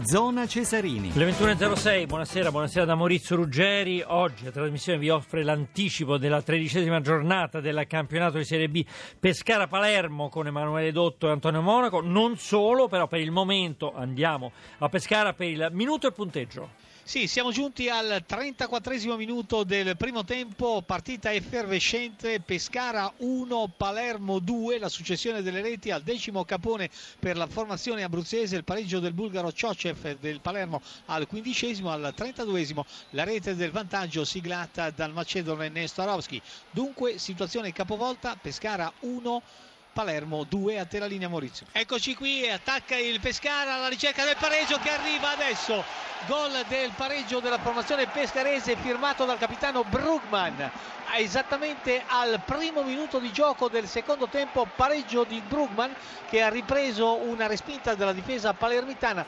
Zona Cesarini. Le 21.06, buonasera da Maurizio Ruggeri. Oggi la trasmissione vi offre l'anticipo della 13ª giornata del campionato di Serie B Pescara-Palermo con Emanuele Dotto e Antonio Monaco. Non solo, però per il momento andiamo a Pescara per il minuto e punteggio. Sì, siamo giunti al 34esimo minuto del primo tempo, partita effervescente, Pescara 1, Palermo 2, la successione delle reti al 10° capone per la formazione abruzzese, il pareggio del bulgaro Ciocev del Palermo al 15°, al 32esimo la rete del vantaggio siglata dal macedone Nestorovski. Dunque situazione capovolta, Pescara 1, Palermo 2, a te la linea Maurizio. Eccoci qui, attacca il Pescara alla ricerca del pareggio che arriva adesso. Gol del pareggio della formazione pescarese firmato dal capitano Brugman. Esattamente al primo minuto di gioco del secondo tempo, pareggio di Brugman che ha ripreso una respinta della difesa palermitana,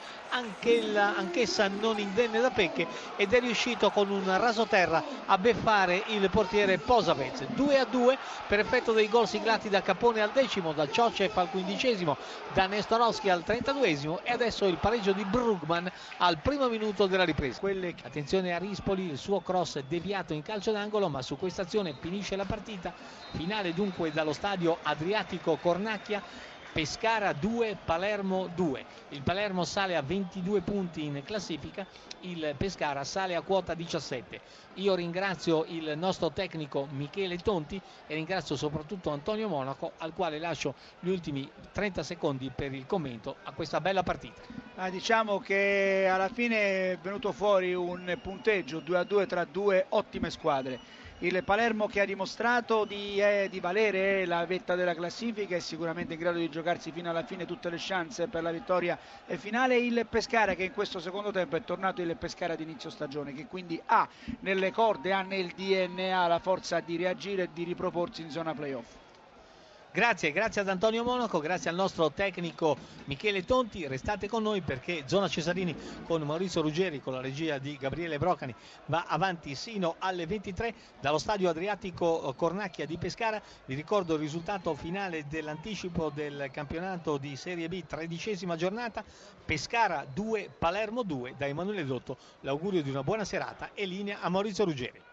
anch'essa non indenne da pecche, ed è riuscito con un rasoterra a beffare il portiere Posavec. 2-2 per effetto dei gol siglati da Capone al 10°, da Ciocev al 15°, da Nestorovski al 32° e adesso il pareggio di Brugman al primo minuto della ripresa. Attenzione a Rispoli, il suo cross deviato in calcio d'angolo, ma su questa azione finisce la partita. Finale dunque dallo stadio Adriatico Cornacchia. Pescara 2, Palermo 2. Il Palermo sale a 22 punti in classifica, il Pescara sale a quota 17. Io ringrazio il nostro tecnico Michele Tonti e ringrazio soprattutto Antonio Monaco, al quale lascio gli ultimi 30 secondi per il commento a questa bella partita. Diciamo che alla fine è venuto fuori un punteggio 2-2 tra due ottime squadre. Il Palermo che ha dimostrato di valere la vetta della classifica, è sicuramente in grado di giocarsi fino alla fine tutte le chance per la vittoria finale. Il Pescara che in questo secondo tempo è tornato il Pescara di inizio stagione, che quindi ha nelle corde, ha nel DNA la forza di reagire e di riproporsi in zona playoff. Grazie ad Antonio Monaco, grazie al nostro tecnico Michele Tonti. Restate con noi perché Zona Cesarini con Maurizio Ruggeri, con la regia di Gabriele Brocani, va avanti sino alle 23 dallo stadio Adriatico Cornacchia di Pescara. Vi ricordo il risultato finale dell'anticipo del campionato di Serie B, 13ª giornata: Pescara 2, Palermo 2. Da Emanuele Dotto l'augurio di una buona serata e linea a Maurizio Ruggeri.